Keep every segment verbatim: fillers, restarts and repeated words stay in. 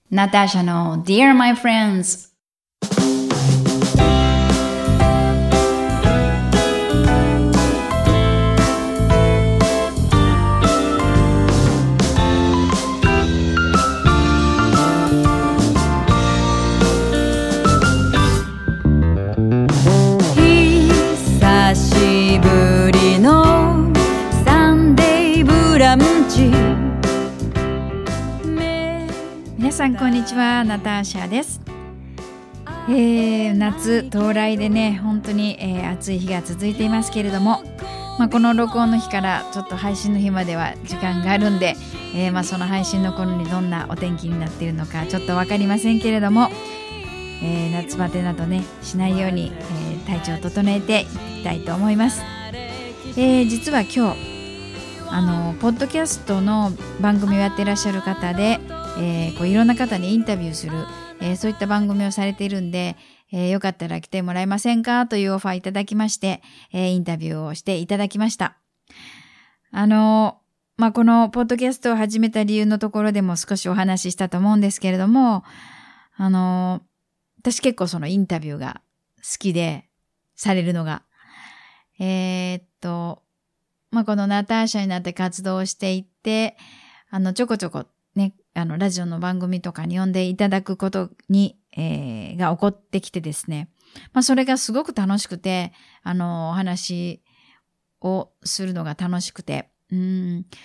ナターシャの Dear My Friends。 久しぶりのサンデーブランチ。 皆さんこんにちは、ナターシャです。えー、夏到来でね、本当に、えー、暑い日が続いていますけれども、まあ、この録音の日からちょっと配信の日までは時間があるんで、えーまあ、その配信の頃にどんなお天気になっているのかちょっと分かりませんけれども、えー、夏バテなどねしないように、えー、体調を整えていきたいと思います。えー、実は今日あのポッドキャストの番組をやっていらっしゃる方で、えー、こういろんな方にインタビューする、えー、そういった番組をされているんで、えー、よかったら来てもらえませんかというオファーいただきまして、えー、インタビューをしていただきました。あのまあ、このポッドキャストを始めた理由のところでも少しお話ししたと思うんですけれども、あの私結構そのインタビューが好きでされるのが、えー、っとまあ、このナターシャになって活動していって、あの、ちょこちょこね、あの、ラジオの番組とかに呼んでいただくことに、えー、が起こってきてですね。まあ、それがすごく楽しくて、あの、お話をするのが楽しくて、うーん、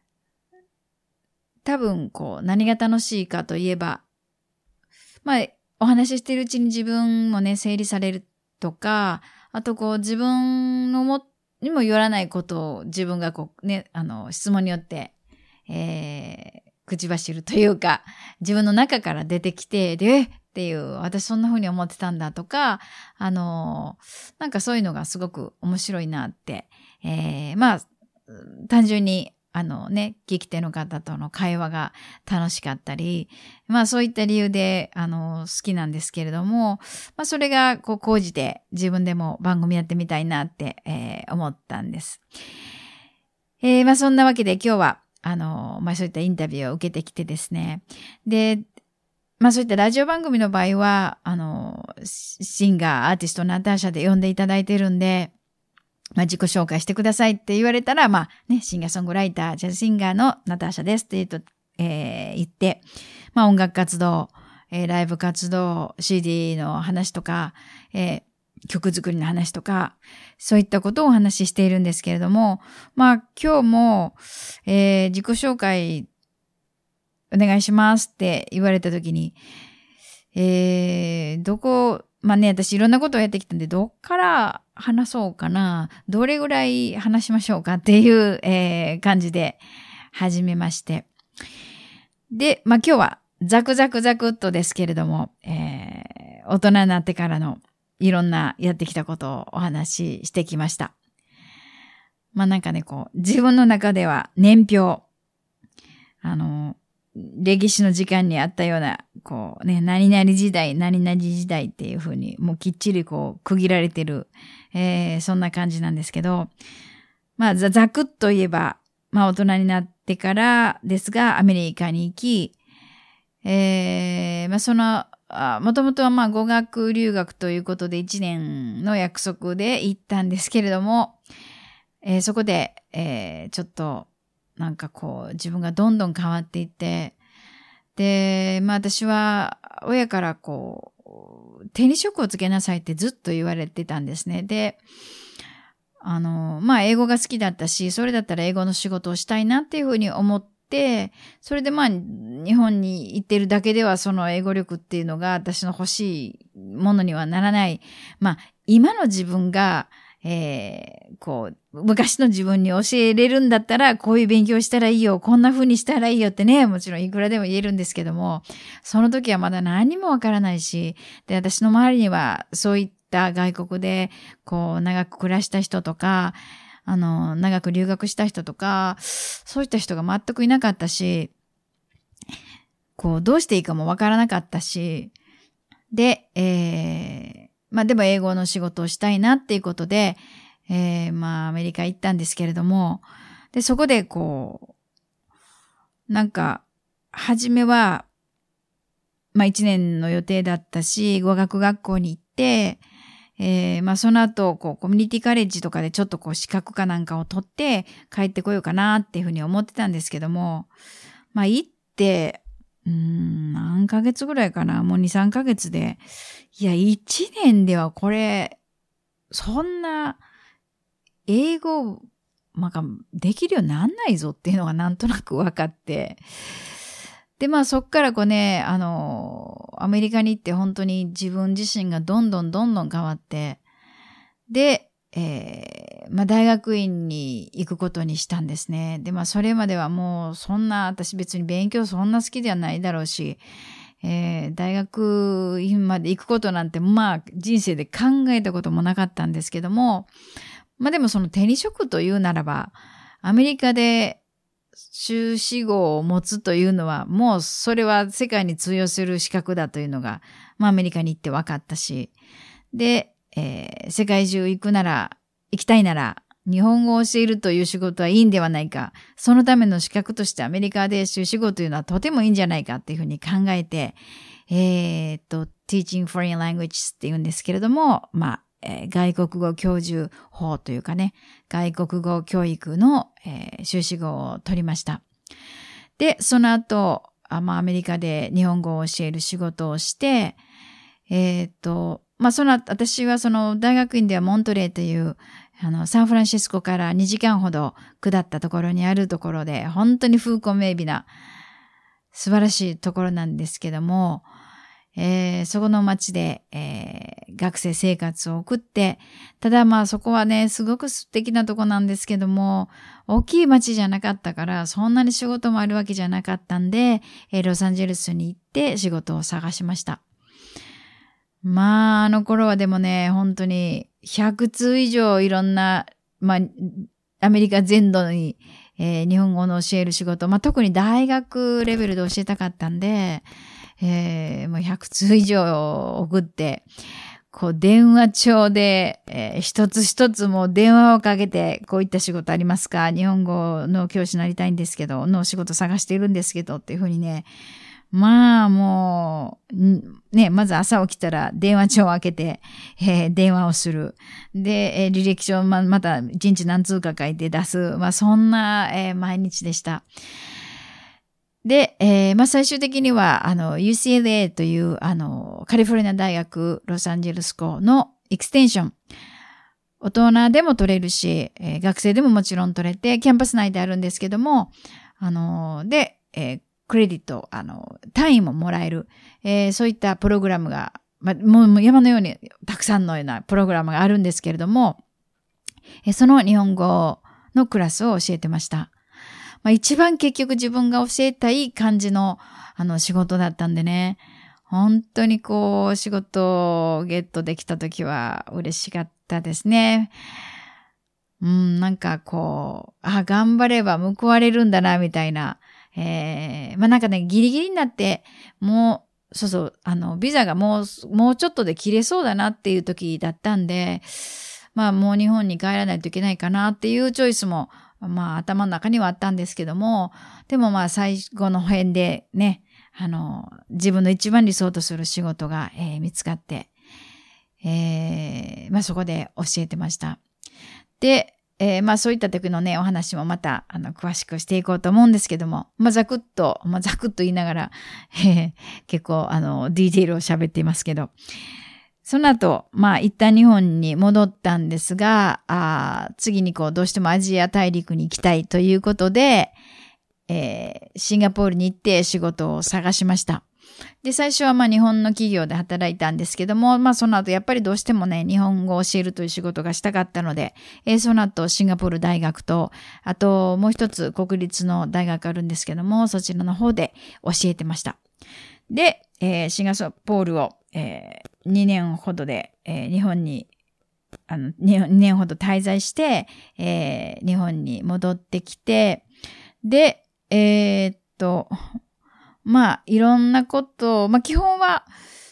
多分、こう、何が楽しいかといえば、まあ、お話ししているうちに自分もね、整理されるとか、あとこう、自分のもにもよらないことを自分がこうね、あの、質問によって、えー、口走るというか、自分の中から出てきて、で、えっていう、私そんな風に思ってたんだとか、あの、なんかそういうのがすごく面白いなって、えー、まあ、単純に、あのね、聞き手の方との会話が楽しかったり、まあそういった理由で、あの、好きなんですけれども、まあそれがこう、講じて自分でも番組やってみたいなって、えー、思ったんです。えー、まあそんなわけで今日は、あの、まあそういったインタビューを受けてきてですね。で、まあそういったラジオ番組の場合は、あの、シンガー、アーティスト、ナターシャで呼んでいただいてるんで、まあ、自己紹介してくださいって言われたら、まあね、シンガーソングライター、ジャズシンガーのナターシャですって言うと、えー、言って、まあ音楽活動、えー、ライブ活動、シーディー の話とか、えー、曲作りの話とか、そういったことをお話ししているんですけれども、まあ今日も、えー、自己紹介お願いしますって言われたときに、えー、どこ、まあね、私いろんなことをやってきたんで、どっから話そうかな、どれぐらい話しましょうかっていう、えー、感じで始めまして。で、まあ今日はザクザクザクっとですけれども、えー、大人になってからのいろんなやってきたことをお話ししてきました。まあなんかね、こう、自分の中では年表、あの、歴史の時間にあったような、こうね、何々時代、何々時代っていう風に、もうきっちりこう、区切られてる、えー、そんな感じなんですけど、まあ、ざ、ざくっと言えば、まあ、大人になってからですが、アメリカに行き、えー、まあ、その、もともとはまあ、語学留学ということでいちねんの約束で行ったんですけれども、えー、そこで、えー、ちょっと、なんかこう自分がどんどん変わっていって、で、まあ私は親からこう手に職をつけなさいってずっと言われてたんですね。で、あの、まあ英語が好きだったし、それだったら英語の仕事をしたいなっていうふうに思って、それでまあ日本に行ってるだけではその英語力っていうのが私の欲しいものにはならない。まあ今の自分がえー、こう、昔の自分に教えれるんだったら、こういう勉強したらいいよ、こんな風にしたらいいよってね、もちろんいくらでも言えるんですけども、その時はまだ何もわからないし、で、私の周りにはそういった外国で、こう、長く暮らした人とか、あの、長く留学した人とか、そういった人が全くいなかったし、こう、どうしていいかもわからなかったし、で、えー、まあでも英語の仕事をしたいなっていうことで、えー、まあアメリカ行ったんですけれども、で、そこでこう、なんか、初めは、 まあいちねんの予定だったし、語学学校に行って、えー、まあその後、こう、コミュニティカレッジとかでちょっとこう資格かなんかを取って帰ってこようかなっていうふうに思ってたんですけども、まあ行って、うーん、何ヶ月ぐらいかな、もうに、さんかげつで、いや、いちねんではこれ、そんな、英語、まあ、できるようになんないぞっていうのがなんとなく分かって、で、まあそっからこうね、あの、アメリカに行って本当に自分自身がどんどんどんどん変わって、で、えー、まあ大学院に行くことにしたんですね。で、まあそれまではもうそんな、私別に勉強そんな好きではないだろうし、えー、大学院まで行くことなんてまあ人生で考えたこともなかったんですけども、まあでもその手に職というならば、アメリカで修士号を持つというのは、もうそれは世界に通用する資格だというのが、まあアメリカに行って分かったし、で、えー、世界中行くなら、行きたいなら、日本語を教えるという仕事はいいんではないか。そのための資格としてアメリカで修士号というのはとてもいいんじゃないかっていうふうに考えて、えー、っと、Teaching Foreign Languages っていうんですけれども、まあ、えー、外国語教授法というかね、外国語教育の、えー、修士号を取りました。で、その後、あまあ、アメリカで日本語を教える仕事をして、えー、っと、まあ、その、私はその大学院ではモントレーという、あの、サンフランシスコからにじかんほど下ったところにあるところで、本当に風光明媚な素晴らしいところなんですけども、えー、そこの町で、えー、学生生活を送って、ただまあそこはね、すごく素敵なとこなんですけども、大きい町じゃなかったから、そんなに仕事もあるわけじゃなかったんで、えー、ロサンゼルスに行って仕事を探しました。まあ、あの頃はでもね、本当にひゃくつう以上いろんな、まあ、アメリカ全土に、えー、日本語の教える仕事、まあ特に大学レベルで教えたかったんで、えー、もうひゃくつう以上送って、こう電話帳で、えー、一つ一つもう電話をかけて、こういった仕事ありますか？日本語の教師になりたいんですけど、の仕事探しているんですけどっていうふうにね、まあもう、ね、まず朝起きたら電話帳を開けて、えー、電話をする。で、えー、履歴書をま、また一日何通か書いて出す。まあそんな、えー、毎日でした。で、えー、まあ最終的には、あの、ユーシーエルエー という、あの、カリフォルニア大学ロサンゼルス校のエクステンション。大人でも取れるし、えー、学生でももちろん取れて、キャンパス内であるんですけども、あの、で、えークレジット、あの、単位ももらえる、えー、そういったプログラムが、ま、もう山のようにたくさんのようなプログラムがあるんですけれども、えー、その日本語のクラスを教えてました。まあ、一番結局自分が教えたい感じの、あの、仕事だったんでね、本当にこう、仕事をゲットできたときは嬉しかったですね。うん、なんかこう、あ、頑張れば報われるんだな、みたいな。えー、まあなんかね、ギリギリになって、もう、そうそう、あの、ビザがもう、もうちょっとで切れそうだなっていう時だったんで、まあもう日本に帰らないといけないかなっていうチョイスも、まあ頭の中にはあったんですけども、でもまあ最後の辺でね、あの、自分の一番理想とする仕事が、えー、見つかって、えー、まあそこで教えてました。で、えー、まあそういった時のね、お話もまた、あの、詳しくしていこうと思うんですけども、まあざくっと、まあざくっと言いながら、えー、結構、あの、ディテールを喋っていますけど、その後、まあ一旦日本に戻ったんですが、あ次にこう、どうしてもアジア大陸に行きたいということで、えー、シンガポールに行って仕事を探しました。で、最初はまあ日本の企業で働いたんですけども、まあその後やっぱりどうしてもね、日本語を教えるという仕事がしたかったので、えー、その後シンガポール大学と、あともう一つ国立の大学あるんですけども、そちらの方で教えてました。で、えー、シンガポールを、えー、にねんほどで、えー、日本に、あの、にねんほど滞在して、えー、日本に戻ってきて、で、えー、っと、まあ、いろんなことを、まあ、基本は、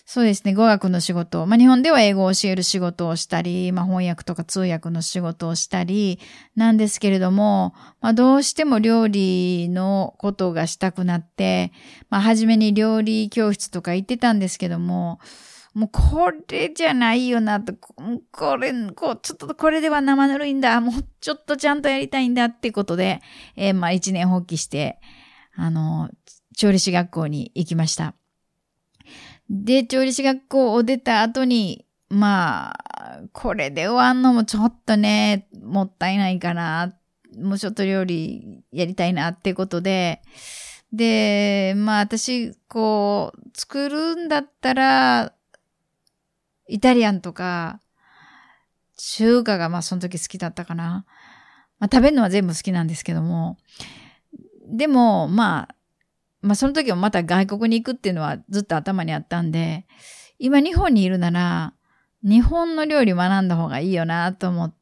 そうですね、語学の仕事。まあ日本では英語を教える仕事をしたり、まあ翻訳とか通訳の仕事をしたりなんですけれども、まあどうしても料理のことがしたくなって、まあ初めに料理教室とか行ってたんですけども、もうこれじゃないよなと、これ、こう、ちょっとこれでは生ぬるいんだ、もうちょっとちゃんとやりたいんだってことで、えー、まあ一年発起して、あの、調理師学校に行きました。で、調理師学校を出た後に、まあ、これで終わんのもちょっとね、もったいないかな。もうちょっと料理やりたいなってことで、で、まあ私、こう、作るんだったら、イタリアンとか、中華がまあその時好きだったかな。まあ食べるのは全部好きなんですけども、でも、まあ、まあその時もまた外国に行くっていうのはずっと頭にあったんで、今日本にいるなら日本の料理学んだ方がいいよなと思って、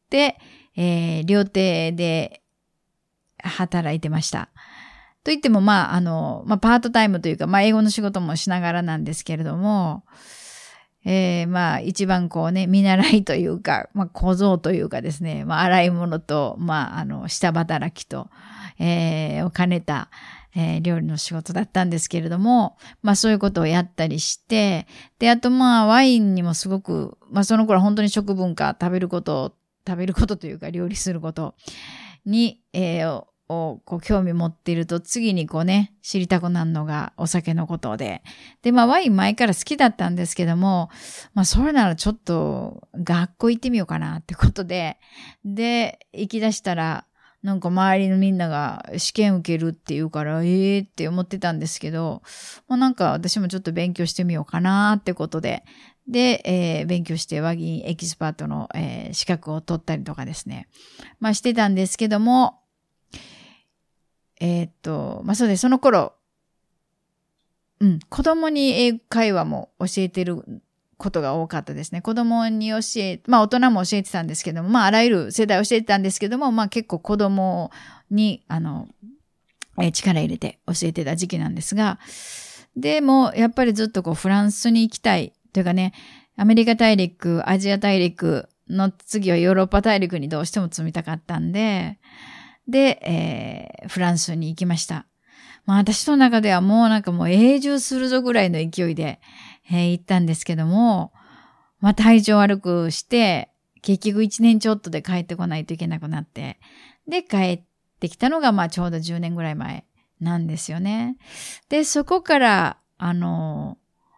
えー、料亭で働いてました。と言ってもまああの、まあパートタイムというか、まあ英語の仕事もしながらなんですけれども、えー、まあ一番こうね、見習いというか、まあ小僧というかですね、まあ洗い物と、まああの、下働きと、えー、を兼ねた、えー、料理の仕事だったんですけれども、まあそういうことをやったりして、で、あとまあワインにもすごく、まあその頃本当に食文化、食べること、食べることというか料理することに、えー、をこう興味持っていると次にこうね、知りたくなるのがお酒のことで。で、まあワイン前から好きだったんですけども、まあそれならちょっと学校行ってみようかなってことで、で、行き出したら、なんか周りのみんなが試験受けるって言うから、ええー、って思ってたんですけど、まあなんか私もちょっと勉強してみようかなってことで、で、えー、勉強してワインエキスパートの、えー、資格を取ったりとかですね。まあしてたんですけども、えー、っと、まあそうです。その頃、うん、子供に英会話も教えてることが多かったですね。子供に教え、まあ大人も教えてたんですけども、まああらゆる世代教えてたんですけども、まあ結構子供に、あの、え力入れて教えてた時期なんですが、でもやっぱりずっとこうフランスに行きたいというかね、アメリカ大陸、アジア大陸の次はヨーロッパ大陸にどうしても住みたかったんで、で、えー、フランスに行きました。まあ私の中ではもうなんかもう永住するぞぐらいの勢いで、えー、行ったんですけども、まあ体調悪くして、結局一年ちょっとで帰ってこないといけなくなって、で帰ってきたのがまあちょうどじゅうねんぐらい前なんですよね。で、そこから、あの、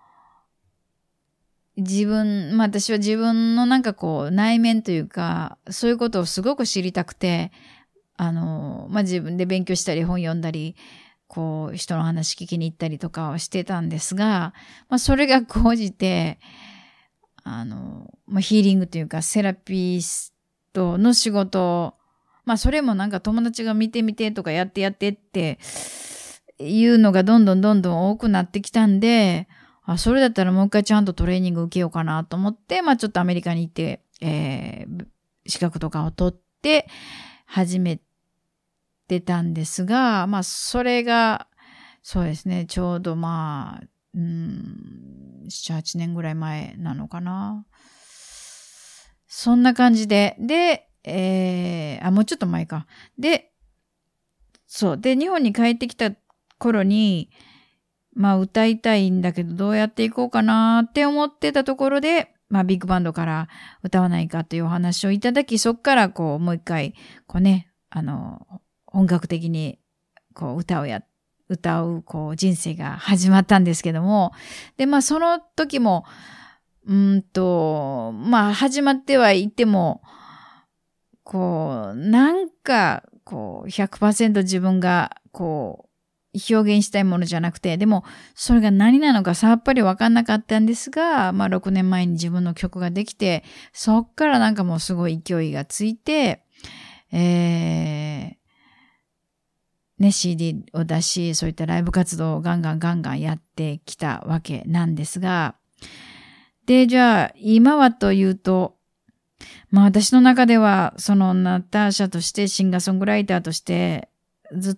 自分、まあ私は自分のなんかこう内面というか、そういうことをすごく知りたくて、あの、まあ自分で勉強したり本読んだり、こう人の話聞きに行ったりとかはしてたんですが、まあそれが講じて、あの、まあヒーリングというかセラピストの仕事を、まあそれもなんか友達が見てみてとかやってやってっていうのがどんどんどんどん多くなってきたんで、あ、それだったらもう一回ちゃんとトレーニング受けようかなと思って、まあちょっとアメリカに行って、えー、資格とかを取って始めて、出たんですが、まあそれがそうですね、ちょうどまあうーんななはちねんぐらい前なのかな。そんな感じで、で、えー、あもうちょっと前か。で、そうで日本に帰ってきた頃に、まあ歌いたいんだけどどうやっていこうかなって思ってたところで、まあビッグバンドから歌わないかというお話をいただき、そっからこうもう一回こうね、あの本格的にこう歌をや、歌うこう人生が始まったんですけども、で、まあその時も、うーんと、まあ始まってはいても、こう、なんか、こう、ひゃくパーセント 自分がこう、表現したいものじゃなくて、でもそれが何なのかさっぱりわかんなかったんですが、まあろくねんまえに自分の曲ができて、そっからなんかもうすごい勢いがついて、えー、ね、シーディー を出し、そういったライブ活動をガンガンガンガンやってきたわけなんですが、で、じゃあ、今はというと、まあ私の中では、そのナターシャとして、シンガーソングライターとして、ず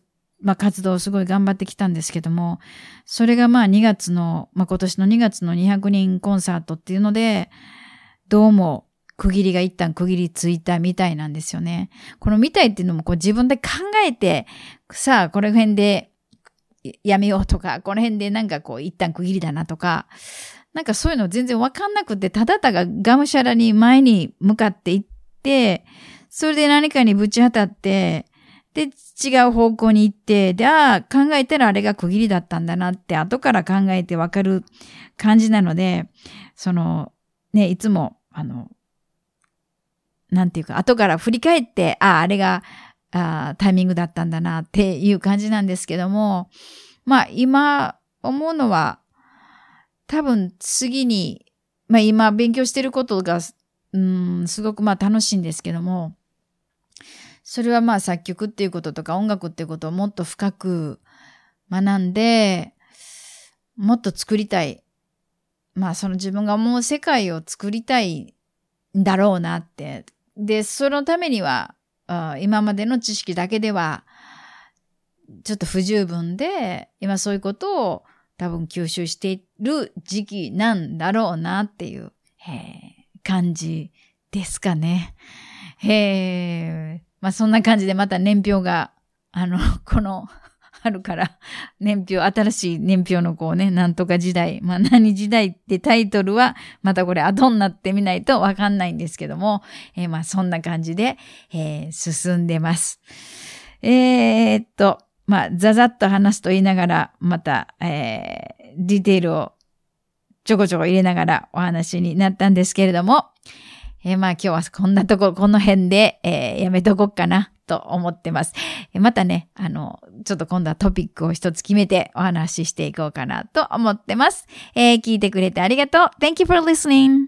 まあ、活動をすごい頑張ってきたんですけども、それがまあにがつの、まあ、今年のにがつのにひゃくにんコンサートっていうので、どうも区切りが一旦区切りついたみたいなんですよね。このみたいっていうのもこう自分で考えて、さあこの辺でやめようとか、この辺でなんかこう一旦区切りだなとか、なんかそういうの全然わかんなくて、ただただがむしゃらに前に向かっていって、それで何かにぶち当たって、で、違う方向に行って、で、ああ、考えたらあれが区切りだったんだなって、後から考えてわかる感じなので、その、ね、いつも、あの、なんていうか、後から振り返って、ああ、あれが、ああ、タイミングだったんだなっていう感じなんですけども、まあ、今思うのは、多分次に、まあ今勉強してることが、うん、すごくまあ楽しいんですけども、それはまあ作曲っていうこととか音楽っていうことをもっと深く学んで、もっと作りたい。まあその自分が思う世界を作りたいんだろうなって。で、そのためには、今までの知識だけではちょっと不十分で、今そういうことを多分吸収している時期なんだろうなっていう、へー感じですかね。へーまあそんな感じでまた年表が、あの、この春から年表、新しい年表のこうね、なんとか時代、まあ何時代ってタイトルはまたこれ後になってみないとわかんないんですけども、えー、まあそんな感じで、えー、進んでます。えー、っと、まあ、ざざっと話すと言いながら、また、えー、ディテールをちょこちょこ入れながらお話になったんですけれども、えー、まあ今日はこんなとこ、この辺で、えー、やめとこっかなと思ってます。えー、またね、あの、ちょっと今度はトピックを一つ決めてお話ししていこうかなと思ってます。えー、聞いてくれてありがとう。Thank you for listening.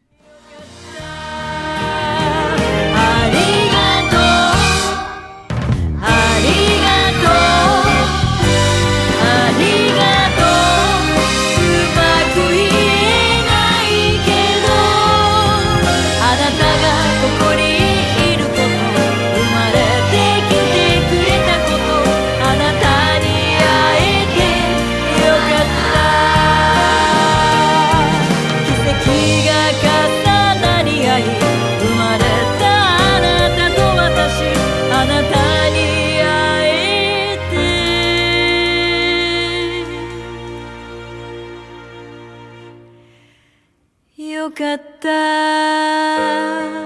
よかった